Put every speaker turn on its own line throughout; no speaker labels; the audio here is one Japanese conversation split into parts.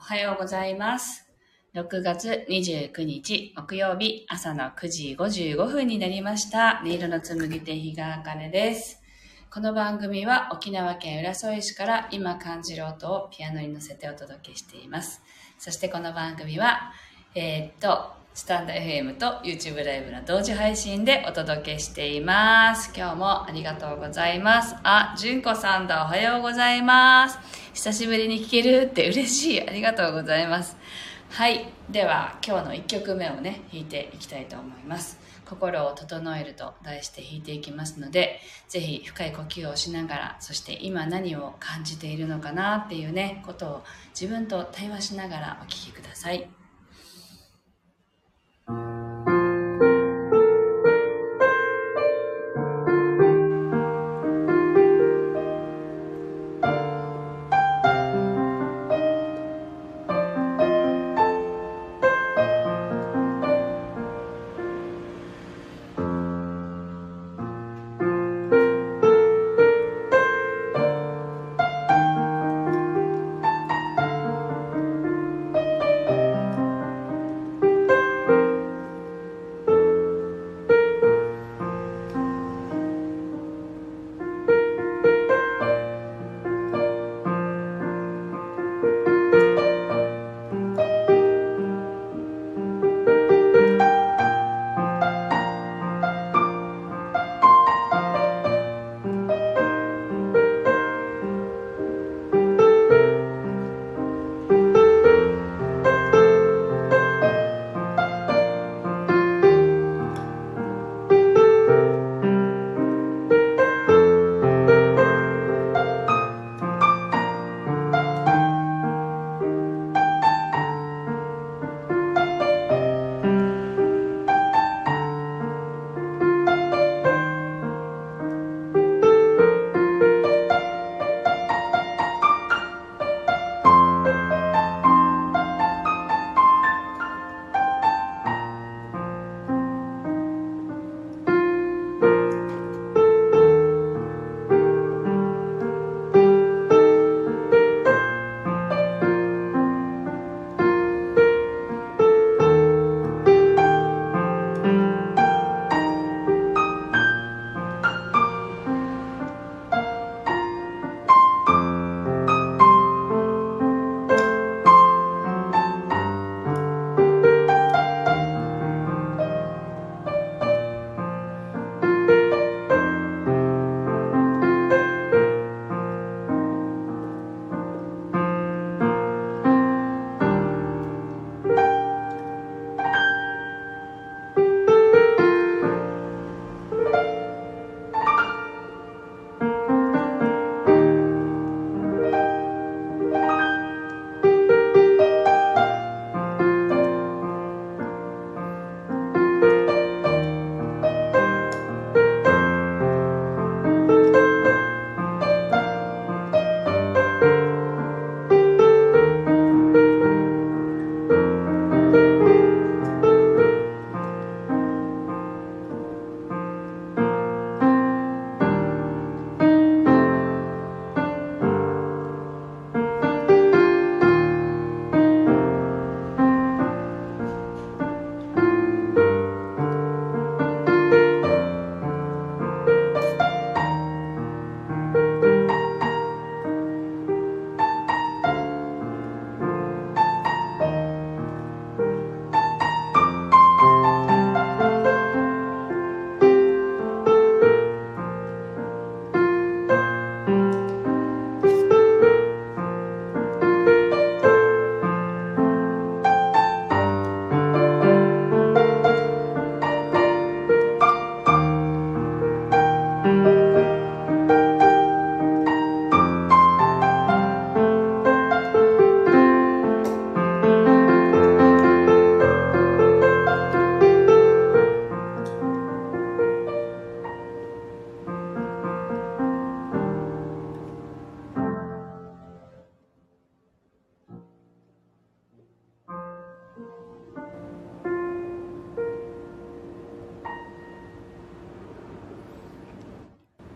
おはようございます。6月29日木曜日朝の9時55分になりました。音色の紡手日川茜です。この番組は沖縄県浦添市から今感じる音をピアノに乗せてお届けしています。そしてこの番組は、スタンド FM と YouTube ライブの同時配信でお届けしています。今日もありがとうございます。純子さんだ。おはようございます。久しぶりに聴けるって嬉しい。ありがとうございます。はい。では、今日の1曲目をね、弾いていきたいと思います。心を整えると題して弾いていきますので、ぜひ深い呼吸をしながら、そして今何を感じているのかなっていうね、ことを自分と対話しながらお聴きください。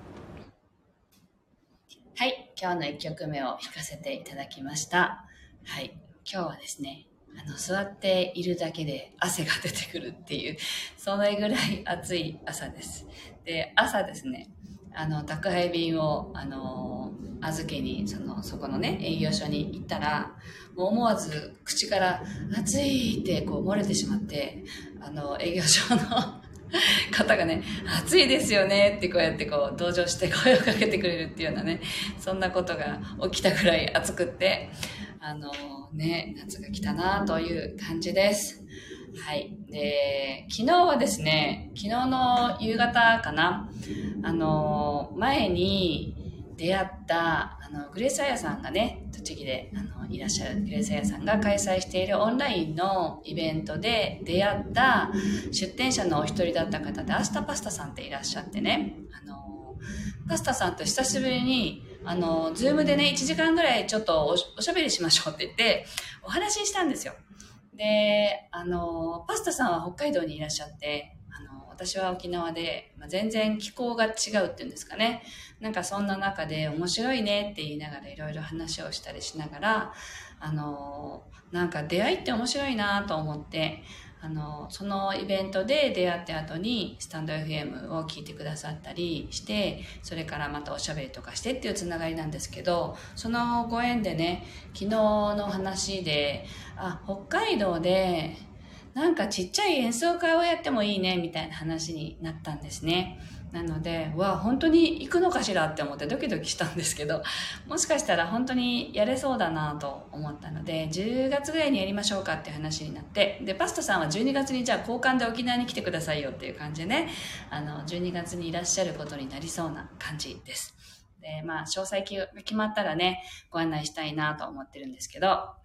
はい、今日の1曲目を弾かせていただきました。はい、 今日はですね、座っているだけで汗が出てくるっていう、そのぐらい暑い朝です。で、朝ですね、宅配便を、預けに、そこのね、営業所に行ったら、もう思わず口から暑いってこう漏れてしまって、営業所の方がね、暑いですよねってこうやってこう同情して声をかけてくれるっていうようなね、そんなことが起きたくらい暑くって、夏が来たなという感じです。はい。で、昨日はですね、昨日の夕方かな、前に出会った、グレースアヤさんがね、栃木で、いらっしゃるグレースアヤさんが開催しているオンラインのイベントで出会った出店者のお一人だった方で、アスタパスタさんっていらっしゃってね、パスタさんと久しぶりに、ズームでね、1時間ぐらいちょっとおしゃべりしましょうって言って、お話ししたんですよ。で、パスタさんは北海道にいらっしゃって、私は沖縄で、全然気候が違うっていうんですかね。なんかそんな中で面白いねって言いながらいろいろ話をしたりしながら、なんか出会いって面白いなと思って、そのイベントで出会った後にスタンド FM を聞いてくださったりして、それからまたおしゃべりとかしてっていうつながりなんですけど、そのご縁でね、昨日の話で、北海道でなんかちっちゃい演奏会をやってもいいねみたいな話になったんですね。なので、本当に行くのかしらって思ってドキドキしたんですけど、もしかしたら本当にやれそうだなと思ったので、10月ぐらいにやりましょうかっていう話になって、で、パスタさんは12月にじゃあ交換で沖縄に来てくださいよっていう感じでね、12月にいらっしゃることになりそうな感じです。で、詳細が決まったらね、ご案内したいなと思ってるんですけど、はい、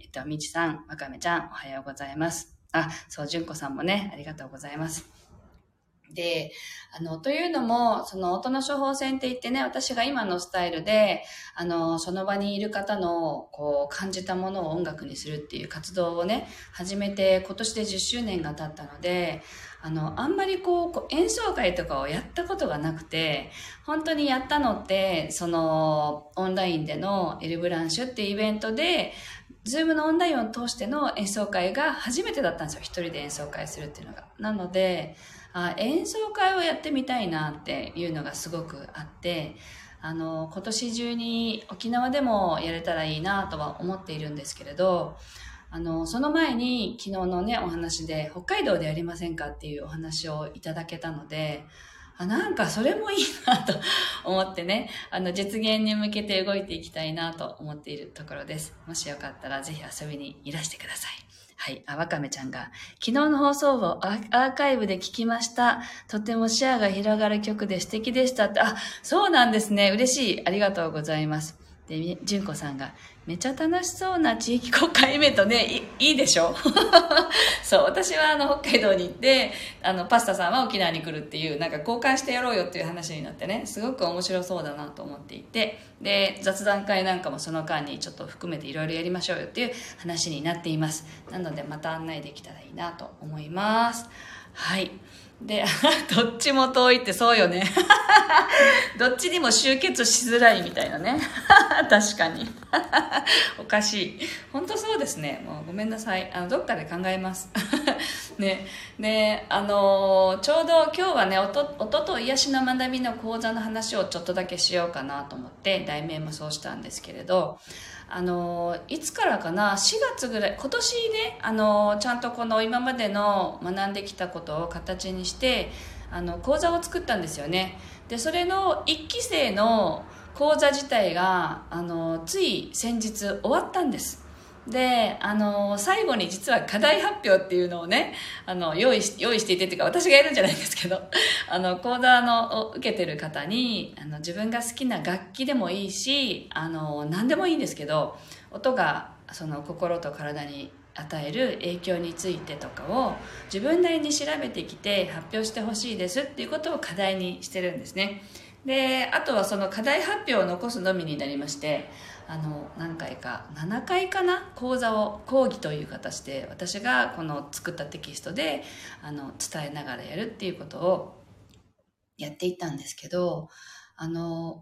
みちさん、わかめちゃん、おはようございます。そう、じゅんこさんもね、ありがとうございます。で、というのも、その音の処方箋って言ってね、私が今のスタイルで、その場にいる方の、こう、感じたものを音楽にするっていう活動をね、始めて、今年で10周年が経ったので、あんまりこう、演奏会とかをやったことがなくて、本当にやったのって、オンラインでのエルブランシュっていうイベントで、ズームのオンラインを通しての演奏会が初めてだったんですよ。一人で演奏会するっていうのが。なので、演奏会をやってみたいなっていうのがすごくあって、今年中に沖縄でもやれたらいいなとは思っているんですけれど、その前に昨日のね、お話で北海道でやりませんかっていうお話をいただけたので、なんかそれもいいなと思ってね、実現に向けて動いていきたいなと思っているところです。もしよかったらぜひ遊びにいらしてください。はい。わかめちゃんが、昨日の放送をアーカイブで聞きました。とても視野が広がる曲で素敵でしたって。そうなんですね。嬉しい。ありがとうございます。で、じゅんこさんが、めちゃ楽しそうな地域国会イベントね、いいでしょそう、私は北海道に行って、パスタさんは沖縄に来るっていう、なんか交換してやろうよっていう話になってね、すごく面白そうだなと思っていて、で、雑談会なんかもその間にちょっと含めていろいろやりましょうよっていう話になっています。なのでまた案内できたらいいなと思います。はい。で、どっちも遠いってそうよね。どっちにも集結しづらいみたいなね。確かに。おかしい。本当そうですね。もうごめんなさい。どっかで考えます。ね。で、ちょうど今日はね、音と癒しの学びの講座の話をちょっとだけしようかなと思って、題名もそうしたんですけれど、いつからかな、4月ぐらい、今年ね、ちゃんとこの今までの学んできたことを形にして、講座を作ったんですよね。で、それの1期生の講座自体が、つい先日終わったんです。で、最後に実は課題発表っていうのをね、用意していてっていうか、私がやるんじゃないんですけど、講座を受けてる方に、自分が好きな楽器でもいいし、何でもいいんですけど、音が、心と体に与える影響についてとかを自分なりに調べてきて発表してほしいですっていうことを課題にしてるんですね。で、あとはその課題発表を残すのみになりまして、何回か7回かな、講座を講義という形で私がこの作ったテキストで伝えながらやるっていうことをやっていったんですけど、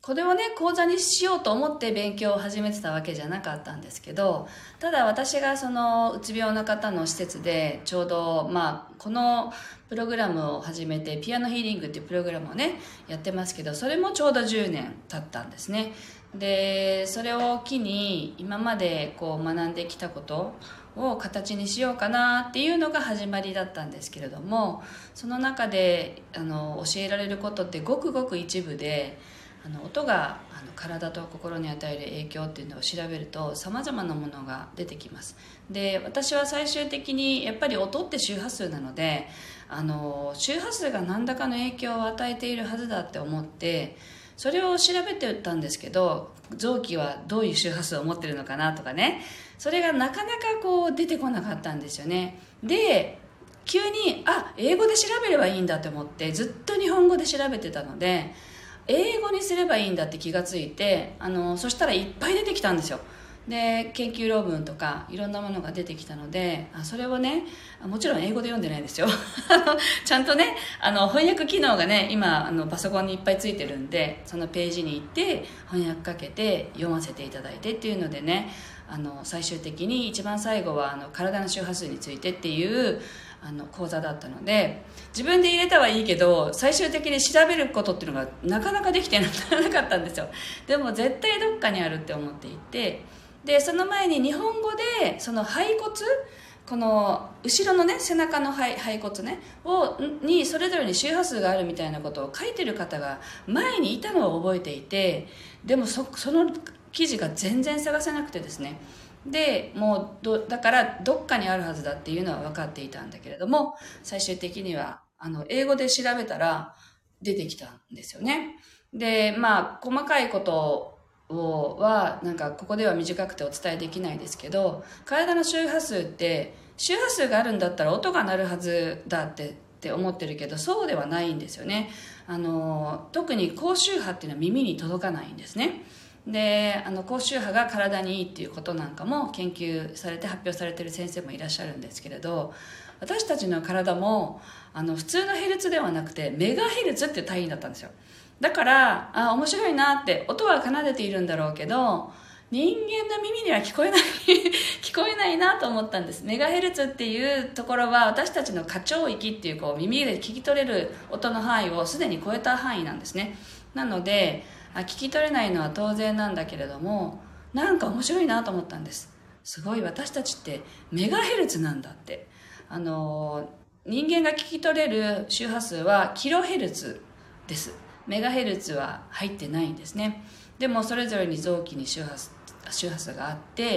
これをね講座にしようと思って勉強を始めてたわけじゃなかったんですけど、ただ私がそのうつ病の方の施設でちょうどこのプログラムを始めて、ピアノヒーリングっていうプログラムをねやってますけど、それもちょうど10年経ったんですね。でそれを機に今までこう学んできたことを形にしようかなっていうのが始まりだったんですけれども、その中で教えられることってごくごく一部で、音が体と心に与える影響っていうのを調べるとさまざまなものが出てきます。で私は最終的にやっぱり音って周波数なので、周波数が何らかの影響を与えているはずだって思ってそれを調べてたんですけど、臓器はどういう周波数を持ってるのかなとかね、それがなかなかこう出てこなかったんですよね。で急に英語で調べればいいんだと思って、ずっと日本語で調べてたので英語にすればいいんだって気がついて、そしたらいっぱい出てきたんですよ。で研究論文とかいろんなものが出てきたので、それをねもちろん英語で読んでないんですよちゃんとね翻訳機能がね今パソコンにいっぱいついてるんで、そのページに行って翻訳かけて読ませていただいてっていうのでね、最終的に一番最後は体の周波数についてっていう講座だったので、自分で入れたはいいけど最終的に調べることっていうのがなかなかできてなかったんですよ。でも絶対どっかにあるって思っていて、でその前に日本語でその背骨、この後ろのね背中の背骨ねにそれぞれに周波数があるみたいなことを書いてる方が前にいたのを覚えていて、でもその記事が全然探せなくてですね、でもうだからどっかにあるはずだっていうのは分かっていたんだけれども、最終的には英語で調べたら出てきたんですよね。で細かいことはなんかここでは短くてお伝えできないですけど、体の周波数って周波数があるんだったら音が鳴るはずだって思ってるけど、そうではないんですよね。特に高周波っていうのは耳に届かないんですね。で高周波が体にいいっていうことなんかも研究されて発表されている先生もいらっしゃるんですけれど、私たちの体も普通のヘルツではなくてメガヘルツっていう単位だったんですよ。だから面白いなって、音は奏でているんだろうけど人間の耳には聞こえない聞こえないなと思ったんです。メガヘルツっていうところは私たちの過聴域っていう、耳で聞き取れる音の範囲をすでに超えた範囲なんですね。なので聞き取れないのは当然なんだけれども、なんか面白いなと思ったんです。すごい、私たちってメガヘルツなんだって。人間が聞き取れる周波数はキロヘルツです。メガヘルツは入ってないんですね。でもそれぞれに臓器に周波数があって、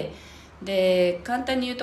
で簡単に言うと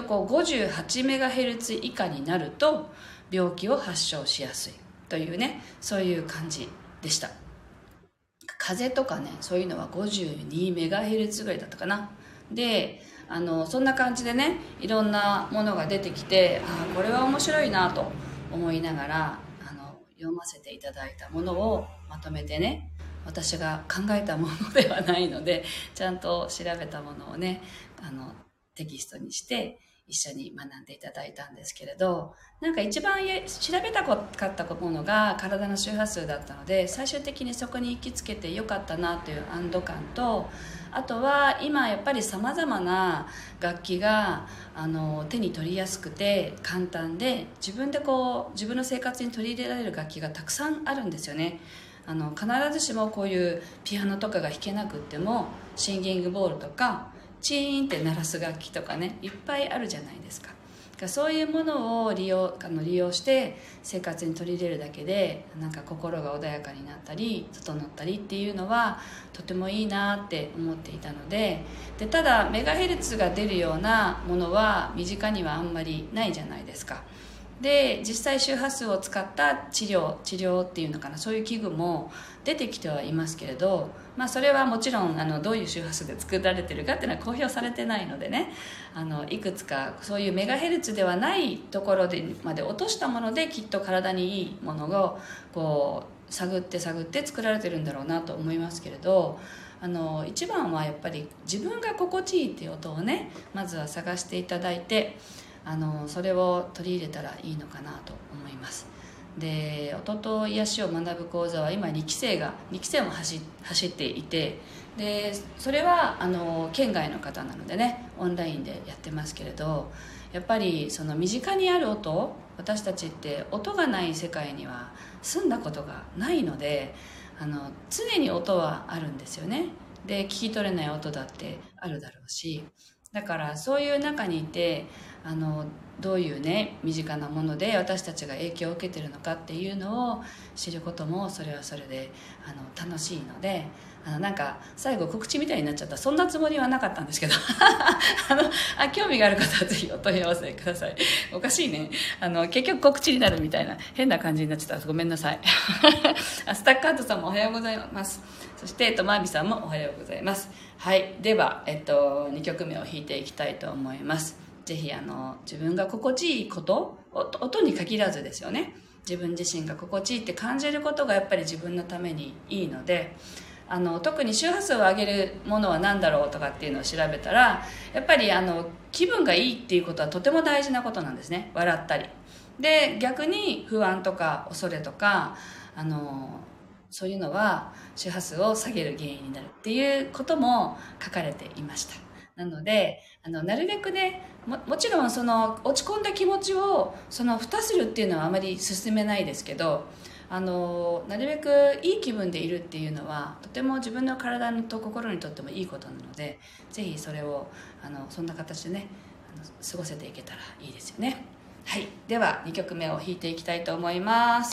58メガヘルツ以下になると病気を発症しやすいというね、そういう感じでした。風邪とかねそういうのは52メガヘルツぐらいだったかな。でそんな感じでねいろんなものが出てきて、これは面白いなと思いながら読ませていただいたものをまとめてね、私が考えたものではないのでちゃんと調べたものをねテキストにして一緒に学んでいただいたんですけれど、なんか一番調べたかったものが体の周波数だったので、最終的にそこに行きつけてよかったなという安堵感と、あとは今やっぱりさまざまな楽器が手に取りやすくて簡単で、自分で自分の生活に取り入れられる楽器がたくさんあるんですよね。必ずしもこういうピアノとかが弾けなくってもシンギングボールとかチーンって鳴らす楽器とかねいっぱいあるじゃないですか。そういうものを利用して生活に取り入れるだけでなんか心が穏やかになったり整ったりっていうのはとてもいいなって思っていたので、ただメガヘルツが出るようなものは身近にはあんまりないじゃないですか。で実際周波数を使った治療っていうのかな、そういう器具も出てきてはいますけれど、それはもちろんどういう周波数で作られてるかっていうのは公表されてないのでね、いくつかそういうメガヘルツではないところでまで落としたものできっと体にいいものを探って作られてるんだろうなと思いますけれど、一番はやっぱり自分が心地いいっていう音をねまずは探していただいてそれを取り入れたらいいのかなと思います。 で、音と癒しを学ぶ講座は今2期生も走っていて、でそれは県外の方なのでね、オンラインでやってますけれど、やっぱりその身近にある音、私たちって音がない世界には住んだことがないので、常に音はあるんですよね。で、聞き取れない音だってあるだろうし、だからそういう中にいてどういうね身近なもので私たちが影響を受けてるのかっていうのを知ることも、それはそれで楽しいので、なんか最後告知みたいになっちゃった。そんなつもりはなかったんですけど興味がある方はぜひお問い合わせください。おかしいね、結局告知になるみたいな変な感じになっちゃった。ごめんなさいスタッカートさんもおはようございます。そしてマービさんもおはようございます。はい、では、2曲目を弾いていきたいと思います。ぜひ自分が心地いいこと、音に限らずですよね、自分自身が心地いいって感じることがやっぱり自分のためにいいので、特に周波数を上げるものは何だろうとかっていうのを調べたら、やっぱり気分がいいっていうことはとても大事なことなんですね。笑ったりで、逆に不安とか恐れとかそういうのは周波数を下げる原因になるっていうことも書かれていました。なのでなるべくね、もちろんその落ち込んだ気持ちを蓋するっていうのはあまり進めないですけど、なるべくいい気分でいるっていうのはとても自分の体と心にとってもいいことなので、ぜひそれをそんな形でね過ごせていけたらいいですよね。はい、では2曲目を弾いていきたいと思います。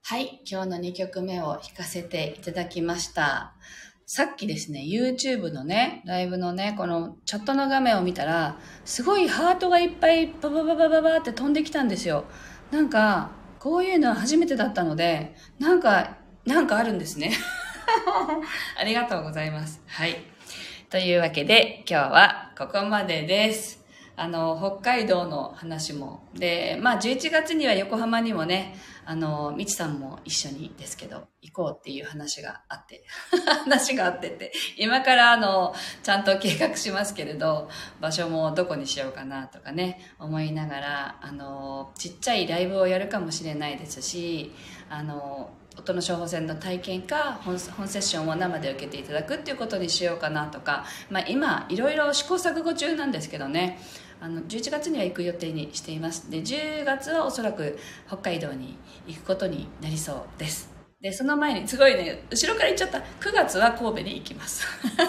はい、今日の2曲目を弾かせていただきました。さっきですね、YouTube のね、ライブのね、このチャットの画面を見たら、すごいハートがいっぱいババババババって飛んできたんですよ。なんか、こういうのは初めてだったので、なんかあるんですね。ありがとうございます。はい。というわけで、今日はここまでです。北海道の話も。で、11月には横浜にもね、みちさんも一緒にですけど、行こうっていう話があって、今からちゃんと計画しますけれど、場所もどこにしようかなとかね、思いながら、ちっちゃいライブをやるかもしれないですし、音の処方箋の体験か本セッションを生で受けていただくっていうことにしようかなとか、今いろいろ試行錯誤中なんですけどね、11月には行く予定にしています。で、10月はおそらく北海道に行くことになりそうです。で、その前にすごいね、後ろから行っちゃった。9月は神戸に行きます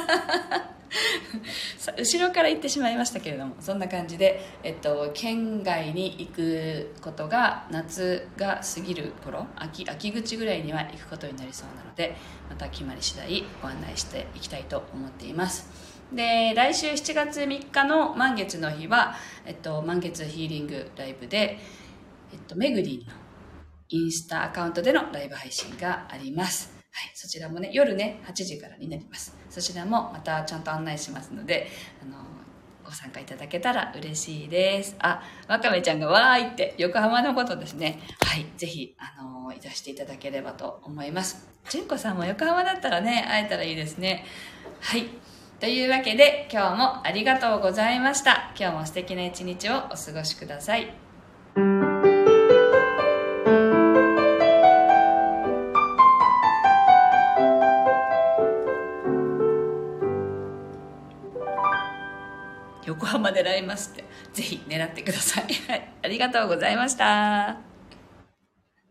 後ろから行ってしまいましたけれども、そんな感じで、県外に行くことが夏が過ぎる頃、秋口ぐらいには行くことになりそうなので、また決まり次第ご案内していきたいと思っています。で、来週7月3日の満月の日は、満月ヒーリングライブで、めぐりんのインスタアカウントでのライブ配信があります。はい、そちらもね、夜ね、8時からになります。そちらもまたちゃんと案内しますので、ご参加いただけたら嬉しいです。あ、わかめちゃんがわーいって横浜のことですね。はい、ぜひ、いらしていただければと思います。純子さんも横浜だったらね、会えたらいいですね。はい。というわけで、今日もありがとうございました。今日も素敵な一日をお過ごしください。横浜で狙いますって、ぜひ狙ってください。はい、ありがとうございました。